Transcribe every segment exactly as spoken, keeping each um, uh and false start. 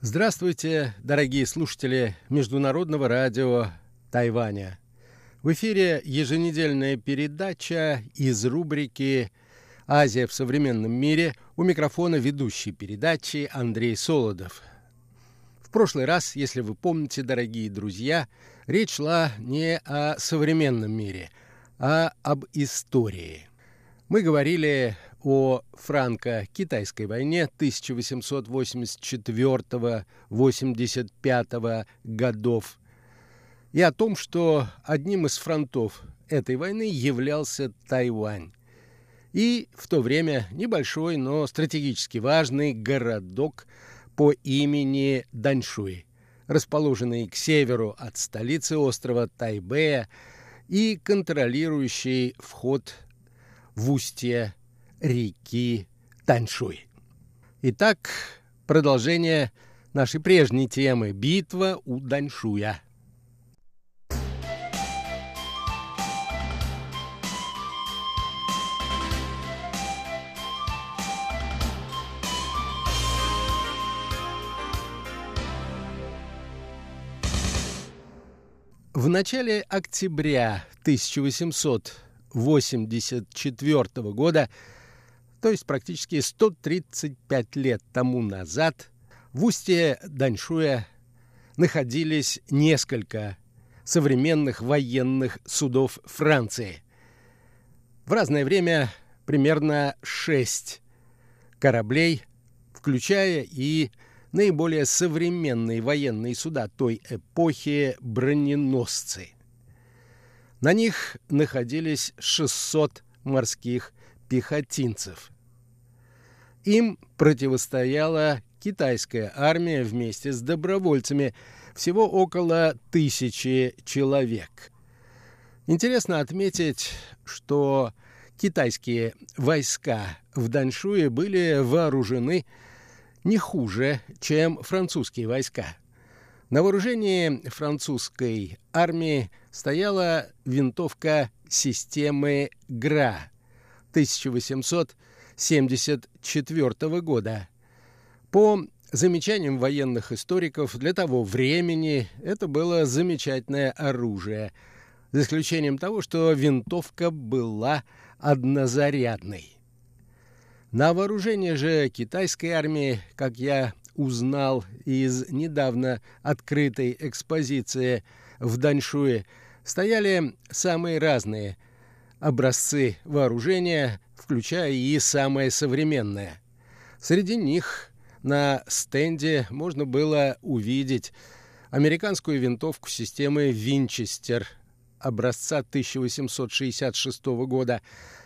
Здравствуйте, дорогие слушатели Международного радио Тайваня. В эфире еженедельная передача из рубрики «Азия в современном мире». У микрофона ведущий передачи Андрей Солодов. В прошлый раз, если вы помните, дорогие друзья, речь шла не о современном мире, а об истории. Мы говорили о франко-китайской войне тысяча восемьсот восемьдесят четвёртого — восемьдесят пятого годов и о том, что одним из фронтов этой войны являлся Тайвань. И в то время небольшой, но стратегически важный городок по имени Даньшуй, расположенный к северу от столицы острова Тайбэя и контролирующий вход в устье реки Таньшуй. Итак, продолжение нашей прежней темы «Битва у Даньшуя». В начале октября тысяча восемьсот восемьдесят четвёртого года, то есть практически сто тридцать пять лет тому назад, в устье Даньшуя находились несколько современных военных судов Франции. В разное время примерно шесть кораблей, включая и наиболее современные военные суда той эпохи броненосцы. На них находились шестьсот морских пехотинцев. Им противостояла китайская армия вместе с добровольцами, всего около тысячи человек. Интересно отметить, что китайские войска в Даньшуе были вооружены не хуже, чем французские войска. На вооружении французской армии стояла винтовка системы ГРА тысяча восемьсот семьдесят четвёртого года. По замечаниям военных историков, для того времени это было замечательное оружие, за исключением того, что винтовка была однозарядной. На вооружение же китайской армии, как я узнал из недавно открытой экспозиции в Даньшуе, стояли самые разные образцы вооружения, включая и самое современное. Среди них на стенде можно было увидеть американскую винтовку системы Винчестер образца тысяча восемьсот шестьдесят шестого года.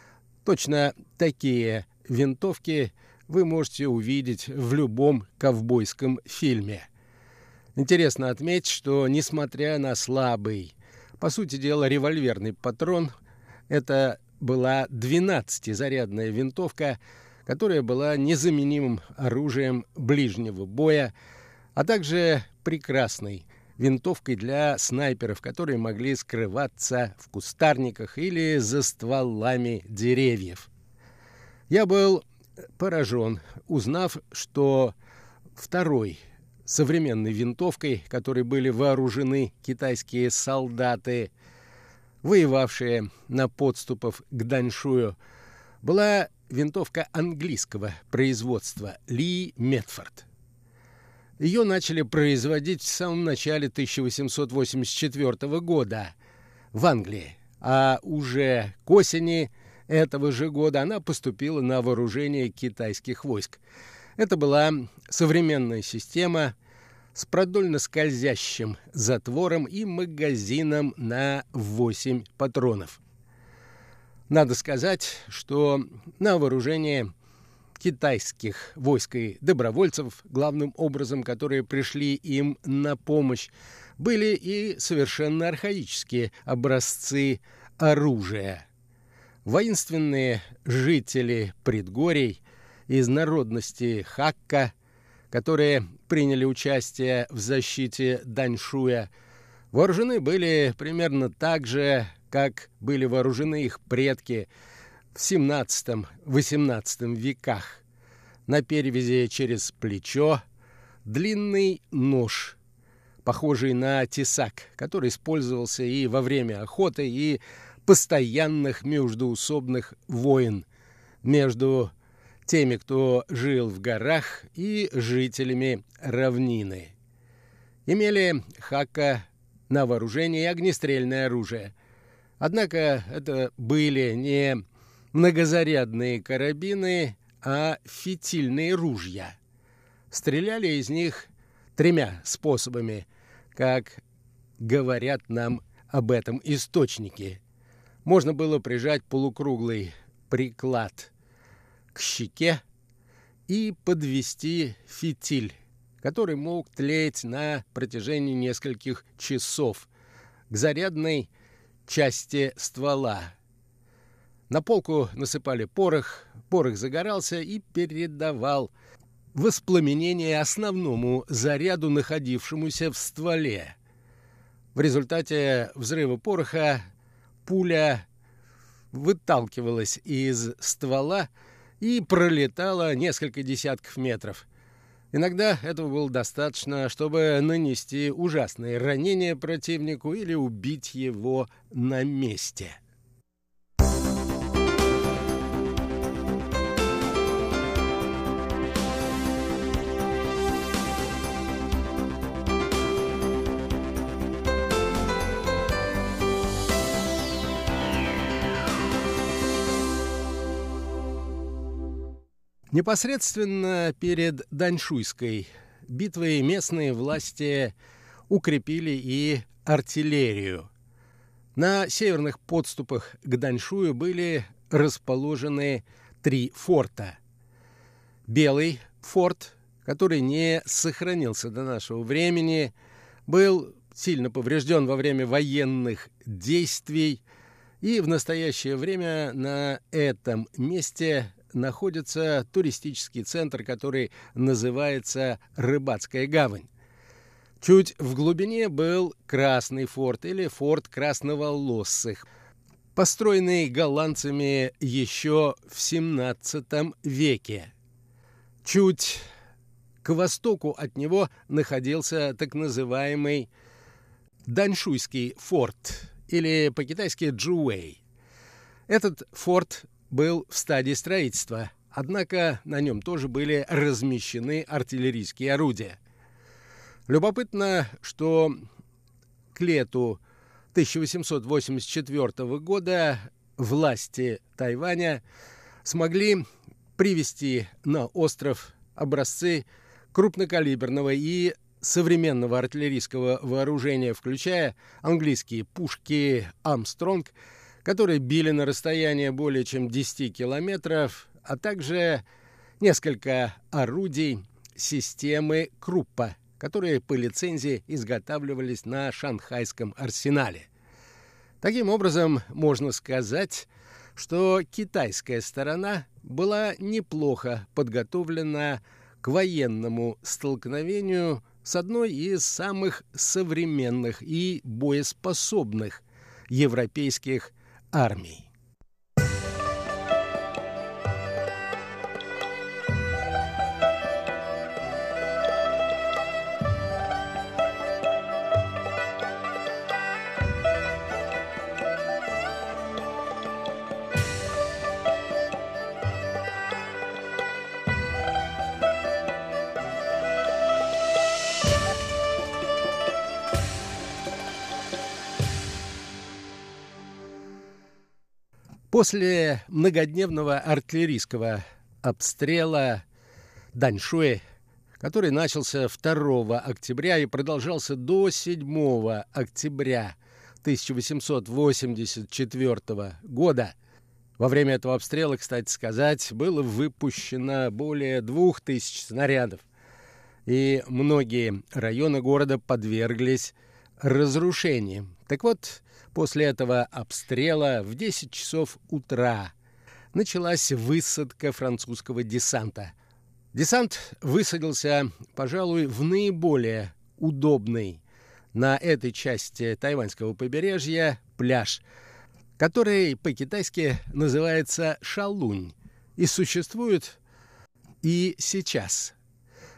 Точно такие винтовки вы можете увидеть в любом ковбойском фильме. Интересно отметить, что, несмотря на слабый, по сути дела, револьверный патрон, это была двенадцатизарядная винтовка, которая была незаменимым оружием ближнего боя, а также прекрасной винтовкой для снайперов, которые могли скрываться в кустарниках или за стволами деревьев. Я был поражен, узнав, что второй современной винтовкой, которой были вооружены китайские солдаты, воевавшие на подступах к Даньшую, была винтовка английского производства Ли Метфорд. Ее начали производить в самом начале тысяча восемьсот восемьдесят четвёртого года в Англии, а уже к осени этого же года она поступила на вооружение китайских войск. Это была современная система с продольно-скользящим затвором и магазином на восемь патронов. Надо сказать, что на вооружение китайских войск и добровольцев, главным образом, которые пришли им на помощь, были и совершенно архаические образцы оружия. Воинственные жители предгорий из народности Хакка, которые приняли участие в защите Даньшуя, вооружены были примерно так же, как были вооружены их предки в семнадцатом-восемнадцатом веках. На перевязи через плечо, длинный нож, похожий на тесак, который использовался и во время охоты, и постоянных междоусобных войн между теми, кто жил в горах, и жителями равнины. Имели хака на вооружении и огнестрельное оружие. Однако это были не многозарядные карабины, а фитильные ружья. Стреляли из них тремя способами, как говорят нам об этом источники. Можно было прижать полукруглый приклад к щеке и подвести фитиль, который мог тлеть на протяжении нескольких часов к зарядной части ствола. На полку насыпали порох, порох загорался и передавал воспламенение основному заряду, находившемуся в стволе. В результате взрыва пороха пуля выталкивалась из ствола и пролетала несколько десятков метров. Иногда этого было достаточно, чтобы нанести ужасные ранения противнику или убить его на месте. Непосредственно перед Даньшуйской битвой местные власти укрепили и артиллерию. На северных подступах к Даньшую были расположены три форта. Белый форт, который не сохранился до нашего времени, был сильно поврежден во время военных действий, и в настоящее время на этом месте находится туристический центр, который называется Рыбацкая гавань. Чуть в глубине был Красный форт или форт Красноволоссых, построенный голландцами еще в семнадцатом веке. Чуть к востоку от него находился так называемый Даньшуйский форт, или по-китайски Джуэй. Этот форт был в стадии строительства, однако на нем тоже были размещены артиллерийские орудия. Любопытно, что к лету тысяча восемьсот восемьдесят четвёртого года власти Тайваня смогли привезти на остров образцы крупнокалиберного и современного артиллерийского вооружения, включая английские пушки «Армстронг», которые били на расстояние более чем десять километров, а также несколько орудий системы Круппа, которые по лицензии изготавливались на Шанхайском арсенале. Таким образом, можно сказать, что китайская сторона была неплохо подготовлена к военному столкновению с одной из самых современных и боеспособных европейских армий. После многодневного артиллерийского обстрела Даньшуя, который начался второго октября и продолжался до седьмого октября тысяча восемьсот восемьдесят четвёртого года, во время этого обстрела, кстати сказать, было выпущено более двух тысяч снарядов, и многие районы города подверглись разрушениям. Так вот, после этого обстрела в десять часов утра началась высадка французского десанта. Десант высадился, пожалуй, в наиболее удобный на этой части тайваньского побережья пляж, который по-китайски называется Шалунь и существует и сейчас.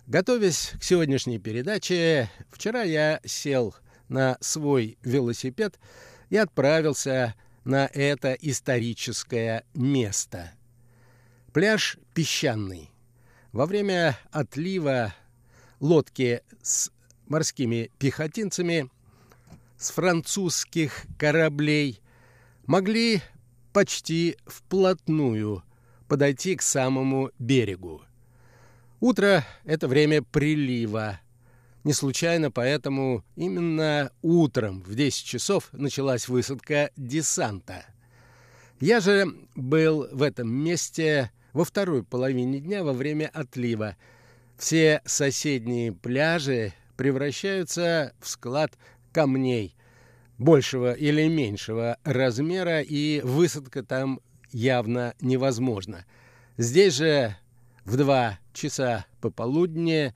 Готовясь к сегодняшней передаче, вчера я сел на свой велосипед и отправился на это историческое место. Пляж песчаный. Во время отлива лодки с морскими пехотинцами с французских кораблей могли почти вплотную подойти к самому берегу. Утро — это время прилива. Не случайно поэтому именно утром в десять часов началась высадка десанта. Я же был в этом месте во второй половине дня во время отлива. Все соседние пляжи превращаются в склад камней большего или меньшего размера, и высадка там явно невозможна. Здесь же в два часа пополудни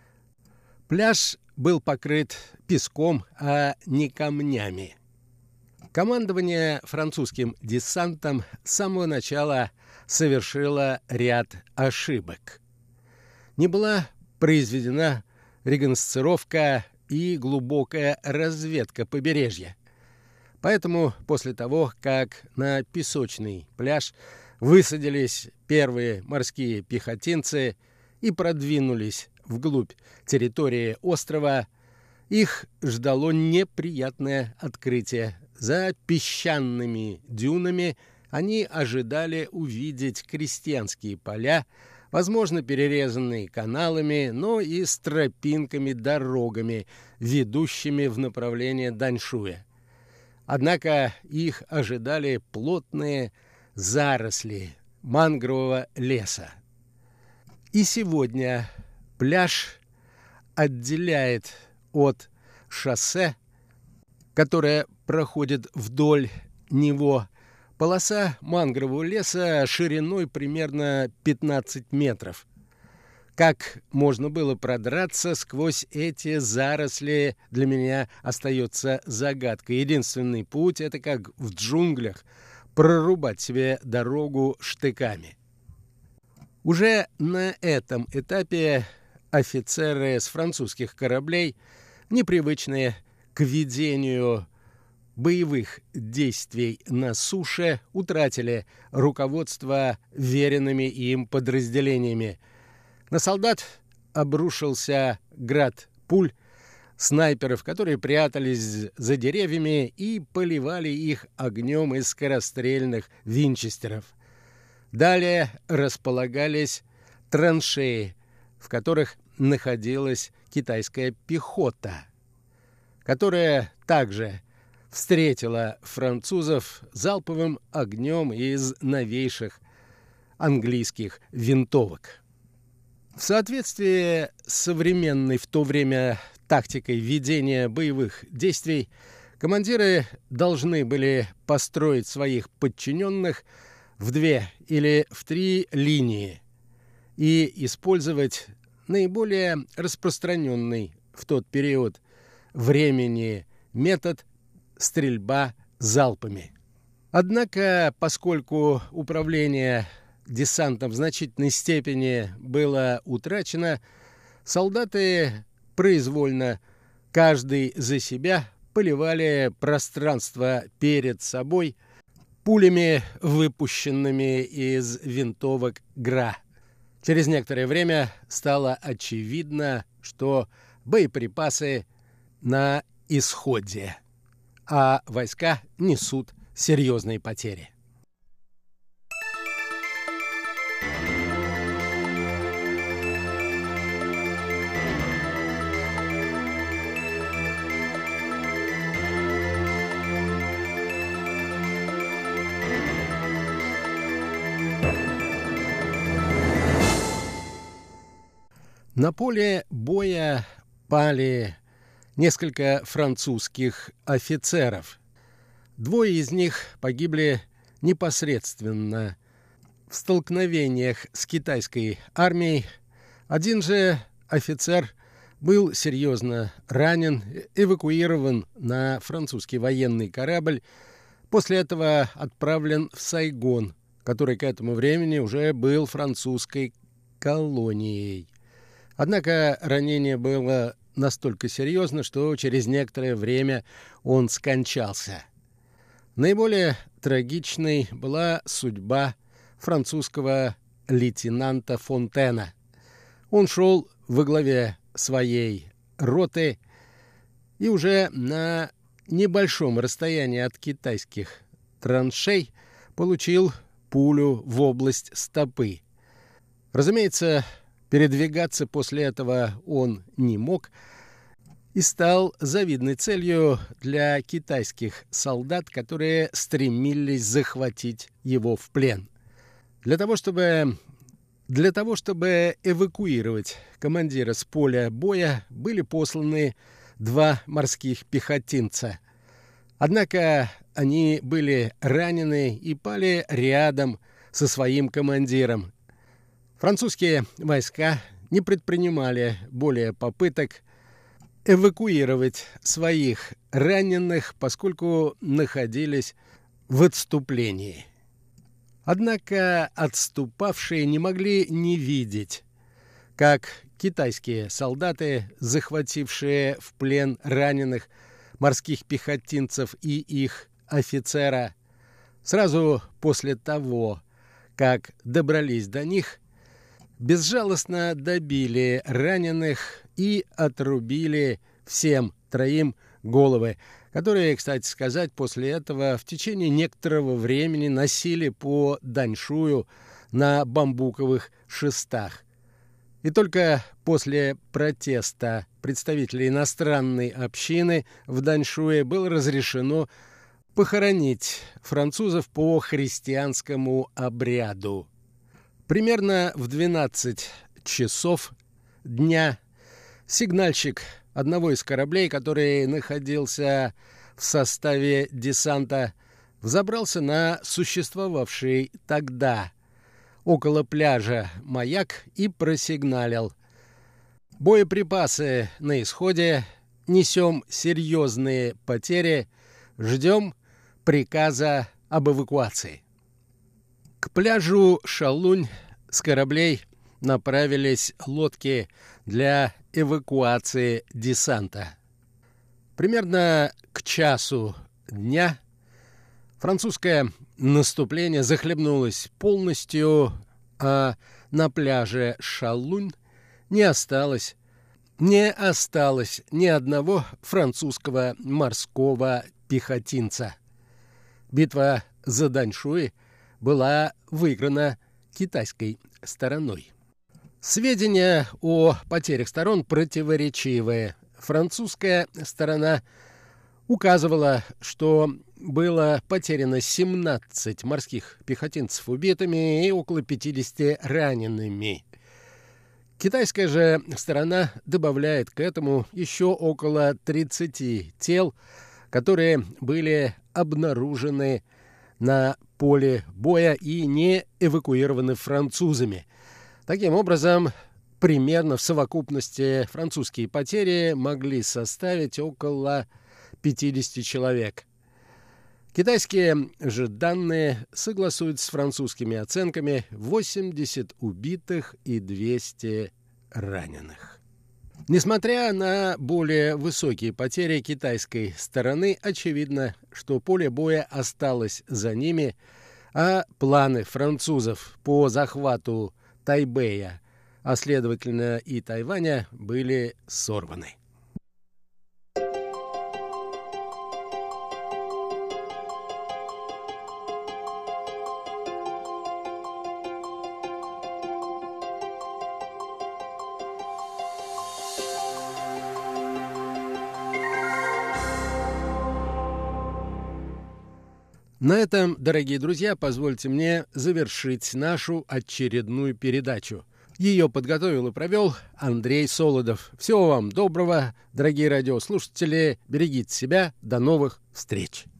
пляж был покрыт песком, а не камнями. Командование французским десантом с самого начала совершило ряд ошибок. Не была произведена рекогносцировка и глубокая разведка побережья. Поэтому после того, как на песочный пляж высадились первые морские пехотинцы и продвинулись вглубь территории острова, их ждало неприятное открытие. За песчаными дюнами они ожидали увидеть крестьянские поля, возможно, перерезанные каналами, но и с тропинками-дорогами, ведущими в направлении Даньшуя. Однако их ожидали плотные заросли мангрового леса. И сегодня пляж отделяет от шоссе, которое проходит вдоль него, полоса мангрового леса шириной примерно пятнадцать метров. Как можно было продраться сквозь эти заросли, для меня остается загадкой. Единственный путь — это как в джунглях прорубать себе дорогу штыками. Уже на этом этапе офицеры с французских кораблей, непривычные к ведению боевых действий на суше, утратили руководство веренными им подразделениями. На солдат обрушился град пуль, снайперов, которые прятались за деревьями и поливали их огнем из скорострельных винчестеров. Далее располагались траншеи, в которых находилась китайская пехота, которая также встретила французов залповым огнем из новейших английских винтовок. В соответствии с современной в то время тактикой ведения боевых действий, командиры должны были построить своих подчиненных в две или в три линии и использовать наиболее распространенный в тот период времени метод стрельба залпами. Однако, поскольку управление десантом в значительной степени было утрачено, солдаты произвольно, каждый за себя, поливали пространство перед собой пулями, выпущенными из винтовок ГРА. Через некоторое время стало очевидно, что боеприпасы на исходе, а войска несут серьезные потери. На поле боя пали несколько французских офицеров. Двое из них погибли непосредственно в столкновениях с китайской армией. Один же офицер был серьезно ранен, эвакуирован на французский военный корабль, после этого отправлен в Сайгон, который к этому времени уже был французской колонией. Однако ранение было настолько серьезно, что через некоторое время он скончался. Наиболее трагичной была судьба французского лейтенанта Фонтена. Он шел во главе своей роты и уже на небольшом расстоянии от китайских траншей получил пулю в область стопы. Разумеется, передвигаться после этого он не мог и стал завидной целью для китайских солдат, которые стремились захватить его в плен. Для того, чтобы, для того, чтобы эвакуировать командира с поля боя, были посланы два морских пехотинца. Однако они были ранены и пали рядом со своим командиром. Французские войска не предпринимали более попыток эвакуировать своих раненых, поскольку находились в отступлении. Однако отступавшие не могли не видеть, как китайские солдаты, захватившие в плен раненых морских пехотинцев и их офицера, сразу после того, как добрались до них, безжалостно добили раненых и отрубили всем троим головы, которые, кстати сказать, после этого в течение некоторого времени носили по Даньшую на бамбуковых шестах. И только после протеста представителей иностранной общины в Даньшуе было разрешено похоронить французов по христианскому обряду. Примерно в двенадцать часов дня сигнальщик одного из кораблей, который находился в составе десанта, взобрался на существовавший тогда около пляжа маяк и просигналил: «Боеприпасы на исходе, несем серьезные потери, ждем приказа об эвакуации». К пляжу Шалунь с кораблей направились лодки для эвакуации десанта. Примерно к часу дня французское наступление захлебнулось полностью, а на пляже Шалунь не осталось, не осталось ни одного французского морского пехотинца. Битва за Даньшуй была выиграна китайской стороной. Сведения о потерях сторон противоречивые. Французская сторона указывала, что было потеряно семнадцать морских пехотинцев убитыми и около пятидесяти ранеными. Китайская же сторона добавляет к этому еще около тридцати тел, которые были обнаружены на поле боя и не эвакуированы французами. Таким образом, примерно в совокупности французские потери могли составить около пятидесяти человек. Китайские же данные согласуются с французскими оценками: восемьдесят убитых и двести раненых. Несмотря на более высокие потери китайской стороны, очевидно, что поле боя осталось за ними, а планы французов по захвату Тайбэя, а следовательно и Тайваня, были сорваны. На этом, дорогие друзья, позвольте мне завершить нашу очередную передачу. Ее подготовил и провел Андрей Солодов. Всего вам доброго, дорогие радиослушатели. Берегите себя. До новых встреч.